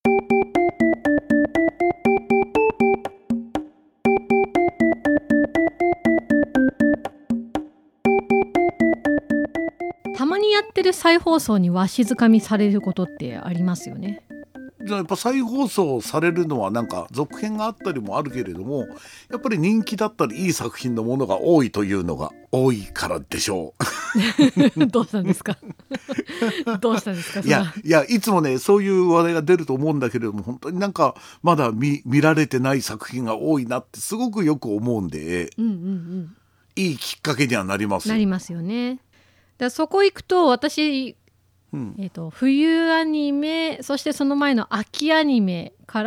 たまにやってる再放送にわしづかみされることってありますよね。 じゃあやっぱ再放送されるのはなんか続編があったりもあるけれども、やっぱり人気だったりいい作品のものが多いというのが多いからでしょうどうしたんですかどうしたんですか。 いやいつもねそういう話題が出ると思うんだけれども、本当になんかまだ見られてない作品が多いなってすごくよく思うんで、いいきっかけにはなりますよね。だそこ行くと私、冬アニメ、そしてその前の秋アニメから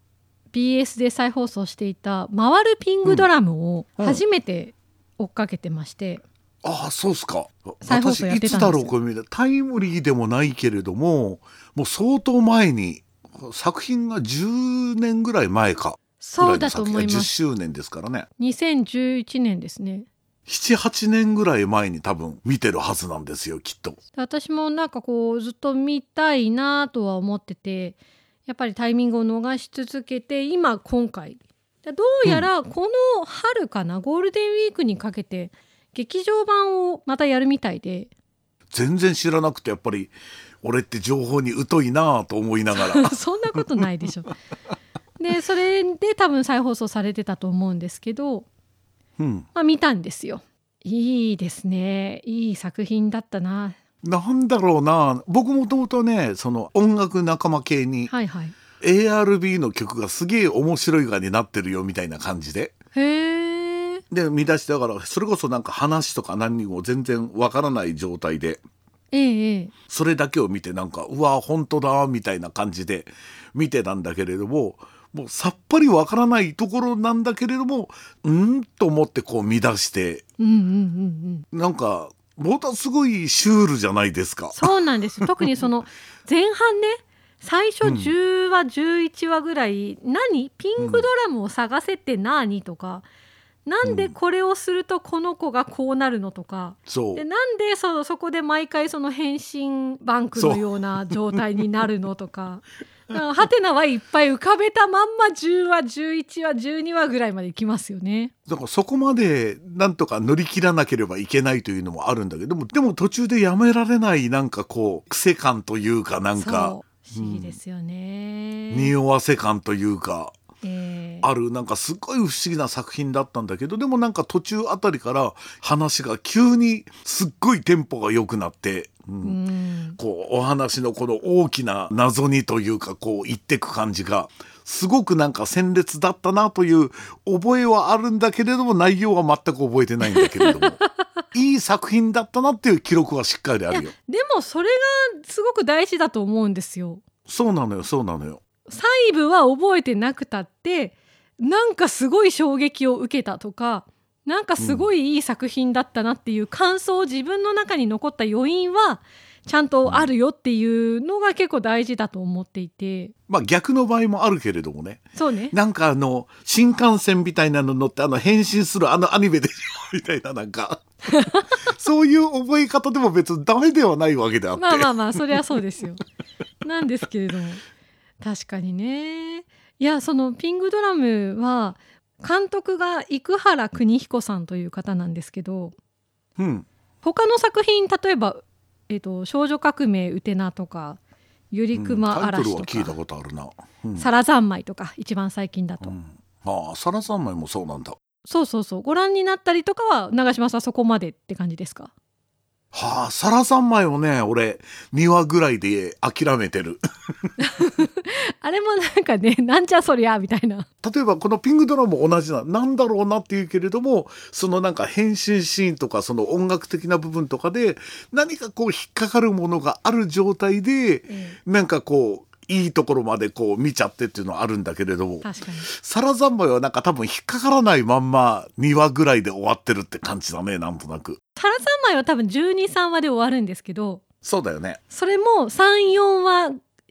BS で再放送していた「回るピングドラム」を初めて追っかけてまして、 ああそうっすか。 再放送やってたんですよ。 私いつだろうこれタイムリーでもないけれども、もう相当前に、作品が10年ぐらい前か。 そうだと思います。 10周年ですからね。 2011年ですね。 7、8年ぐらい前に多分見てるはずなんですよきっと。 私もなんかこうずっと見たいなとは思ってて、やっぱりタイミングを逃し続けて今回どうやらこの春かな、ゴールデンウィークにかけて劇場版をまたやるみたいで。 全然知らなくて、やっぱり俺って情報に疎いなと思いながらそんなことないでしょでそれで多分再放送されてたと思うんですけど、見たんですよ。いいですね。いい作品だったな。 なんだろうな、僕もともとねその音楽仲間系に、ARB の曲がすげえ面白いがになってるよみたいな感じで、で見出しだから、それこそなんか話とか何にも全然わからない状態で、それだけを見てなんかうわ本当だみたいな感じで見てたんだけれども、もうさっぱりわからないところなんだけれども、と思ってこう見出して、なんかものすごいシュールじゃないですか。 そうなんですよ。特にその前半ね、最初10話11話ぐらい、何ピンクドラムを探せって何とか、なんでこれをするとこの子がこうなるのとか、でなんでそこで毎回その変身バンクのような状態になるのとかハテナはいっぱい浮かべたまんま10話11話12話ぐらいまでいきますよね。 だからそこまでなんとか乗り切らなければいけないというのもあるんだけども、でも途中でやめられないなんかこう癖感というか、なんか不思議ですよね。 匂わせ感というか、あるなんかすごい不思議な作品だったんだけど、でもなんか途中あたりから話が急にすっごいテンポが良くなって、こうお話のこの大きな謎にというかこう言ってく感じがすごくなんか鮮烈だったなという覚えはあるんだけれども、内容は全く覚えてないんだけれどもいい作品だったなっていう記録はしっかりあるよ。 でもそれがすごく大事だと思うんですよ。 そうなのよ。 細部は覚えてなくたってなんかすごい衝撃を受けたとか、なんかすごいいい作品だったなっていう感想を自分の中に残った余韻はちゃんとあるよっていうのが結構大事だと思っていて、 逆の場合もあるけれどもね。 そうね。 なんか新幹線みたいなの乗って変身するアニメでしょみたいな、なんかそういう覚え方でも別にダメではないわけであって、 まあそれはそうですよなんですけれども、確かにね。いや、そのピングドラムは監督が生原邦彦さんという方なんですけど、他の作品、例えば、少女革命ウテナとかゆりくま嵐とか、 タイトルは聞いたことあるな。 サラ三昧とか一番最近だと、 サラ三昧もそうなんだ。 そうご覧になったりとかは長嶋さんそこまでって感じですか？ サラ三昧をね俺2話ぐらいで諦めてるあれもなんかね、なんじゃそりゃみたいな。 例えばこのピングドラムも同じなんだろうなっていうけれども、そのなんか変身シーンとかその音楽的な部分とかで何かこう引っかかるものがある状態で、なんかこういいところまでこう見ちゃってっていうのはあるんだけれども、 確かにサラ三昧はなんか多分引っかからないまんま2話ぐらいで終わってるって感じだね、なんとなく。 サラ三昧は多分12、3話で終わるんですけど、 そうだよね。 それも3、4話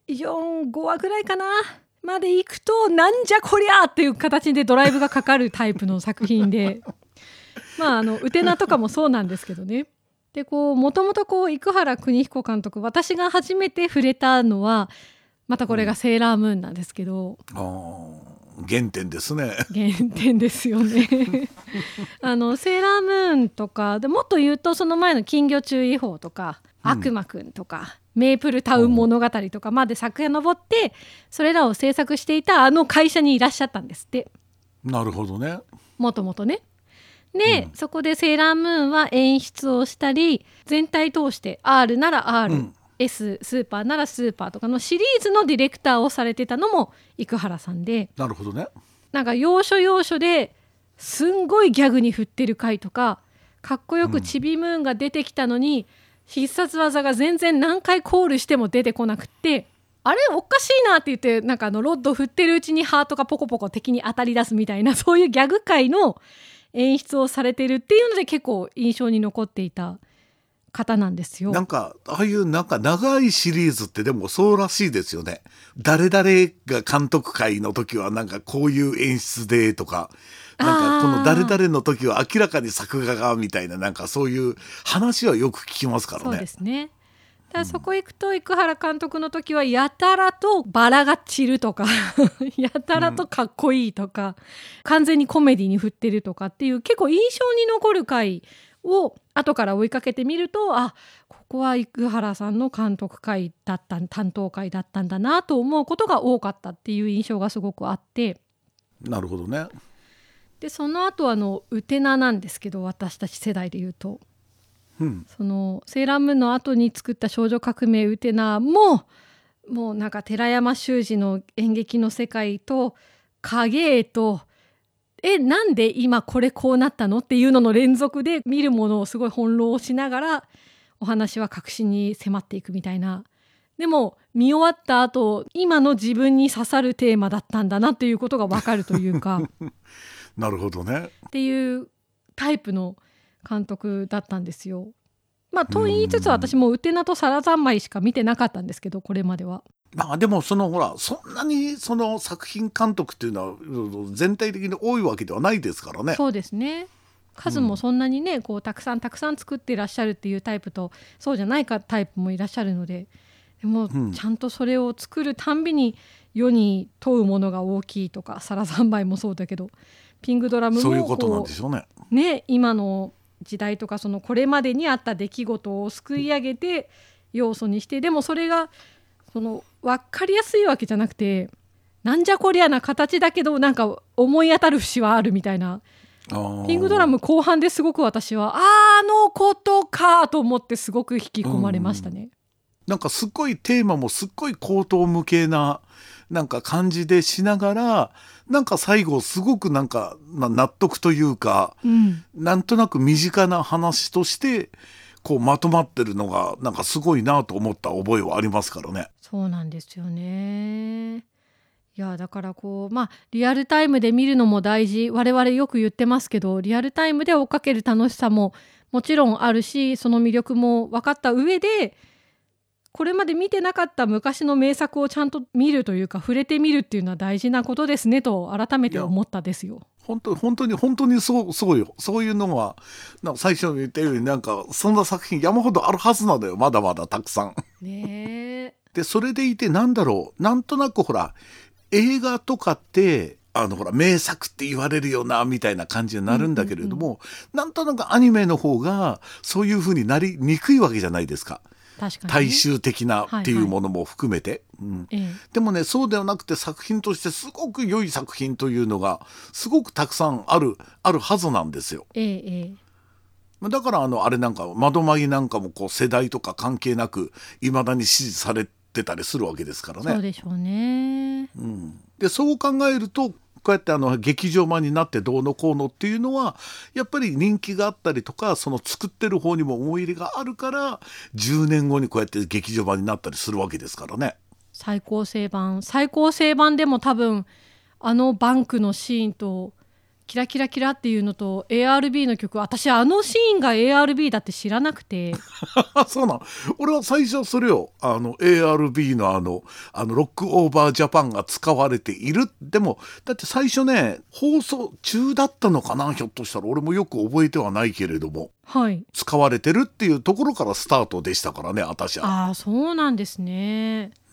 4、5話ぐらいかなまで行くと、なんじゃこりゃっていう形でドライブがかかるタイプの作品でウテナとかもそうなんですけどね。でもともと生原邦彦監督、私が初めて触れたのはまたこれがセーラームーンなんですけど、 原点ですね。 原点ですよねセーラームーンとかでもっと言うと、その前の金魚注意報とか、悪魔くんとかメープルタウン物語とかまで遡って、それらを制作していた会社にいらっしゃったんですって。 なるほどね。 もともとね。で、そこでセーラームーンは演出をしたり、全体通して R なら R、S スーパーならスーパーとかのシリーズのディレクターをされてたのも生原さんで。 なるほどね。 なんか要所要所ですんごいギャグに振ってる回とか、かっこよくちびムーンが出てきたのに、必殺技が全然何回コールしても出てこなくって、あれおかしいなって言って、なんかロッド振ってるうちにハートがポコポコ敵に当たり出すみたいな、そういうギャグ界の演出をされてるっていうので結構印象に残っていた方なんですよ。 なんかああいうなんか長いシリーズってでもそうらしいですよね。誰々が監督会の時はなんかこういう演出でとか、なんかこの誰々の時は明らかに作画がみたいな、なんかそういう話はよく聞きますからね。 そうですね。だからそこ行くと、生原監督の時はやたらとバラが散るとかやたらとかっこいいとか、完全にコメディに振ってるとかっていう結構印象に残る回を後から追いかけてみると、ここは生原さんの監督会だった担当会だったんだなと思うことが多かったっていう印象がすごくあって。 なるほどね。 でその後ウテナなんですけど、私たち世代で言うと、そのセーラームーンの後に作った少女革命ウテナもうなんか寺山修司の演劇の世界と影絵となんで今これこうなったのっていうのの連続で、見るものをすごい翻弄しながらお話は核心に迫っていくみたいな。でも見終わった後、今の自分に刺さるテーマだったんだなっていうことが分かるというかなるほどねっていうタイプの監督だったんですよ。と言いつつ、私もウテナとサラザンマイしか見てなかったんですけど、これまでは。 でもほら、そんなにその作品監督っていうのは全体的に多いわけではないですからね。 そうですね。数もそんなにね、こうたくさん作っていらっしゃるっていうタイプと、そうじゃないかタイプもいらっしゃるので、でもちゃんとそれを作るたんびに世に問うものが大きいとか、サラザンマイもそうだけど、ピングドラムもそういうことなんでしょうね。 今の時代とか、そのこれまでにあった出来事をすくい上げて要素にして、でもそれが分かりやすいわけじゃなくて、なんじゃこりゃな形だけどなんか思い当たる節はあるみたいな。ピングドラム後半ですごく私はことかと思ってすごく引き込まれましたね。 なんかすっごいテーマもすっごい高等無形ななんか感じでしながら、なんか最後すごくなんか、納得というか、なんとなく身近な話としてこうまとまってるのがなんかすごいなと思った覚えはありますからね。 そうなんですよね。いやだからリアルタイムで見るのも大事、我々よく言ってますけど、リアルタイムで追っかける楽しさももちろんあるし、その魅力も分かった上で、これまで見てなかった昔の名作をちゃんと見るというか、触れてみるっていうのは大事なことですねと改めて思ったですよ。 本当にそうよ。そういうのは最初に言ったように、なんかそんな作品山ほどあるはずなんだよ、まだまだたくさん。 ね。 でそれでいてなんとなくほら映画とかってほら名作って言われるよなみたいな感じになるんだけれども、なんとなくアニメの方がそういう風になりにくいわけじゃないですか。 確かにね、 大衆的なっていうものも含めて、でもね、そうではなくて作品としてすごく良い作品というのがすごくたくさんあるはずなんですよ。だからあれなんか窓マギなんかもこう世代とか関係なくいまだに支持されてたりするわけですからね。 そうでしょうね。 でそう考えると、こうやって劇場版になってどうのこうのっていうのはやっぱり人気があったりとか、その作ってる方にも思い入れがあるから10年後にこうやって劇場版になったりするわけですからね。 最高成版でも多分バンクのシーンとキラキラキラっていうのと ARB の曲、私シーンが ARB だって知らなくてそうなん、俺は最初それをARB のロックオーバージャパンが使われている。でもだって最初ね、放送中だったのかな、ひょっとしたら。俺もよく覚えてはないけれども、使われてるっていうところからスタートでしたからね、私は。 そうなんですね。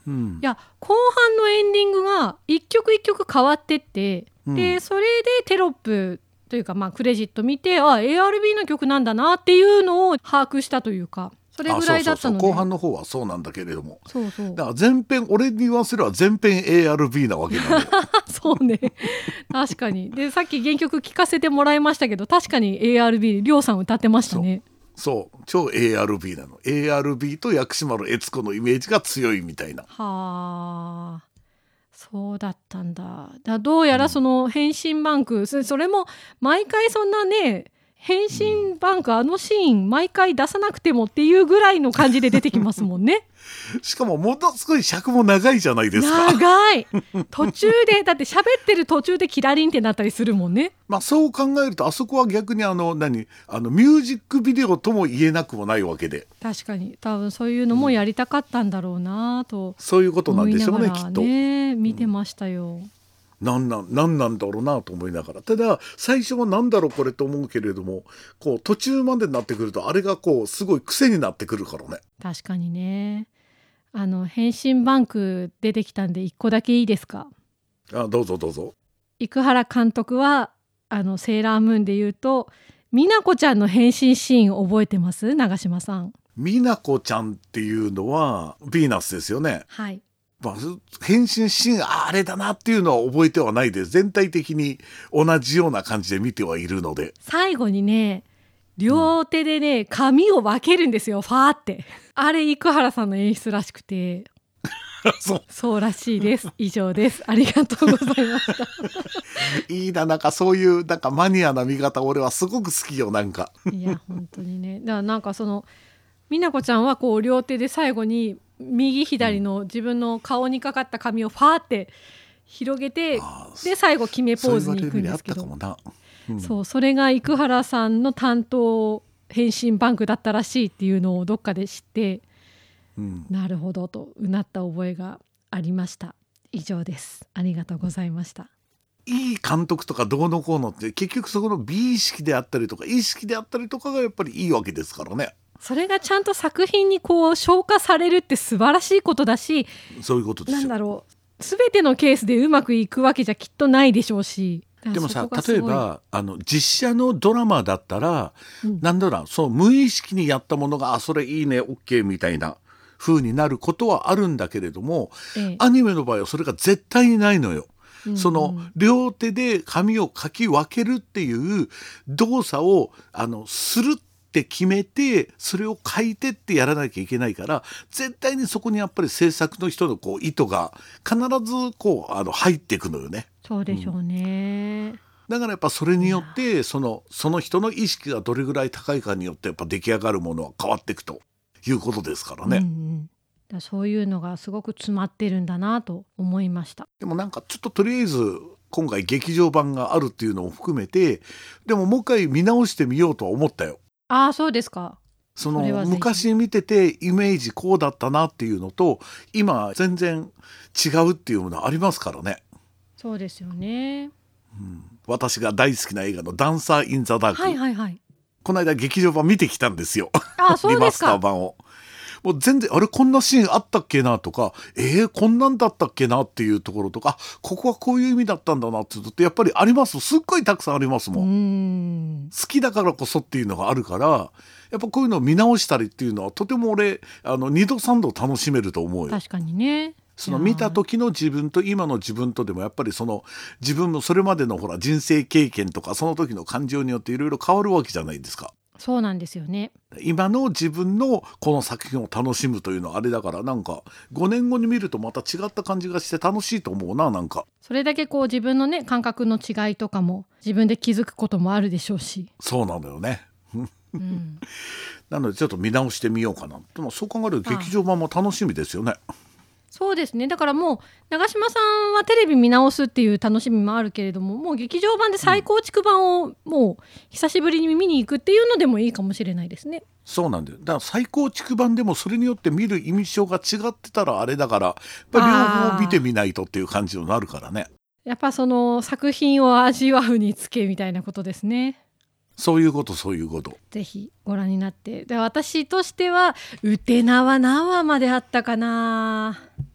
いや後半のエンディングが一曲一曲変わってって、でそれでテロップというか、クレジット見てARB の曲なんだなっていうのを把握したというか、それぐらいだったので、 後半の方はそうなんだけれども、 そうだから前編、俺に言わせれば前編 ARB なわけなんでそうね、確かに。でさっき原曲聴かせてもらいましたけど、確かに ARB りょうさん歌ってましたね。 そう超 ARB なの。 ARB と薬師丸悦子のイメージが強いみたいな。 はあ、そうだったんだ。どうやらその変身バンク、それも毎回そんなね、変身バンク、あのシーン毎回出さなくてもっていうぐらいの感じで出てきますもんねしかもものすごい尺も長いじゃないですか。 長い途中でだって喋ってる途中でキラリンってなったりするもんね。 そう考えるとあそこは逆にミュージックビデオとも言えなくもないわけで、 確かに多分そういうのもやりたかったんだろうなと、 そういうことなんでしょうね、きっと。 見てましたよ。 なんなんだろうなと思いながら、ただ最初はなんだろうこれと思うけれども、こう途中までになってくるとあれがこうすごい癖になってくるからね。 確かにね。変身バンク出てきたんで一個だけいいですか。 どうぞどうぞ。 生原監督はセーラームーンで言うと美奈子ちゃんの変身シーン覚えてます？長嶋さん。 美奈子ちゃんっていうのはヴィーナスですよね。 はい。 変身シーンあれだなっていうのは覚えてはないです。全体的に同じような感じで見てはいるので。 最後にね、両手でね、髪を分けるんですよ、ファーって。あれ生原さんの演出らしくてそうらしいです。以上です。ありがとうございましたいいな、なんかそういうなんかマニアな見方俺はすごく好きよ。なんかいや本当にね。だからなんかその美奈子ちゃんはこう両手で最後に右左の自分の顔にかかった髪をファーって広げて、で最後決めポーズに行くんですけど、それが生原さんの担当変身バンクだったらしいっていうのをどっかで知って、なるほどとうなった覚えがありました。以上です。ありがとうございました。 いい監督とかどうのこうのって結局そこの美意識であったりとか意識であったりとかがやっぱりいいわけですからね。 それがちゃんと作品にこう消化されるって素晴らしいことだし、 そういうことですよ。 なんだろう、全てのケースでうまくいくわけじゃきっとないでしょうし。 でもさ、例えば実写のドラマだったら、なんだろう、そう無意識にやったものがそれいいね OK みたいな風になることはあるんだけれども、アニメの場合はそれが絶対にないのよ。その両手で髪をかき分けるっていう動作をするって決めて、それを書いてってやらなきゃいけないから、絶対にそこにやっぱり制作の人のこう意図が必ずこう入っていくのよね。 そうでしょうね。 だからやっぱそれによってその人の意識がどれぐらい高いかによってやっぱ出来上がるものは変わっていくということですからね。 そういうのがすごく詰まってるんだなと思いました。 でもなんかちょっととりあえず今回劇場版があるっていうのを含めて、でももう一回見直してみようとは思ったよ。 そうですか。 その昔見ててイメージこうだったなっていうのと今全然違うっていうものありますからね。 そうですよね。 私が大好きな映画のダンサー・イン・ザ・ダーク、この間劇場版見てきたんですよ。リマスター版を。もう全然あれこんなシーンあったっけなとか、こんなんだったっけなっていうところとか、ここはこういう意味だったんだなって言うとやっぱりあります。すっごいたくさんありますもん。好きだからこそっていうのがあるから、やっぱこういうのを見直したりっていうのはとても俺2度3度楽しめると思うよ。 確かにね。 その見た時の自分と今の自分とでもやっぱりその自分のそれまでのほら人生経験とかその時の感情によっていろいろ変わるわけじゃないですか。 そうなんですよね。 今の自分のこの作品を楽しむというのはあれだから、なんか5年後に見るとまた違った感じがして楽しいと思うな。なんかそれだけこう自分のね感覚の違いとかも自分で気づくこともあるでしょうし。 そうなのよね。なのでちょっと見直してみようかな。でもそう考えると劇場版も楽しみですよね。 そうですね。だからもう長嶋さんはテレビ見直すっていう楽しみもあるけれども、もう劇場版で再構築版をもう久しぶりに見に行くっていうのでもいいかもしれないですね。 そうなんだよ。だから再構築版でもそれによって見る印象が違ってたらあれだから、やっぱり両方見てみないとっていう感じになるからね。 やっぱその作品を味わうにつけみたいなことですね。 そういうことそういうこと。 ぜひご覧になって。で私としてはウテナは何話まであったかな。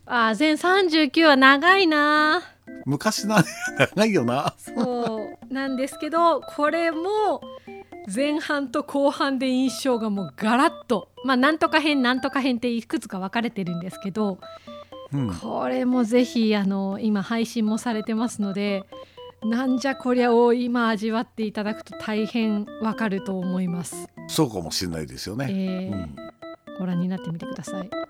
全39は長いな。 昔な長いよな。 そうなんですけど、これも前半と後半で印象がもうガラッと、なんとか編なんとか編っていくつか分かれてるんですけど、これもぜひ今配信もされてますので、なんじゃこりゃを今味わっていただくと大変わかると思います。 そうかもしれないですよね。 ご覧になってみてください。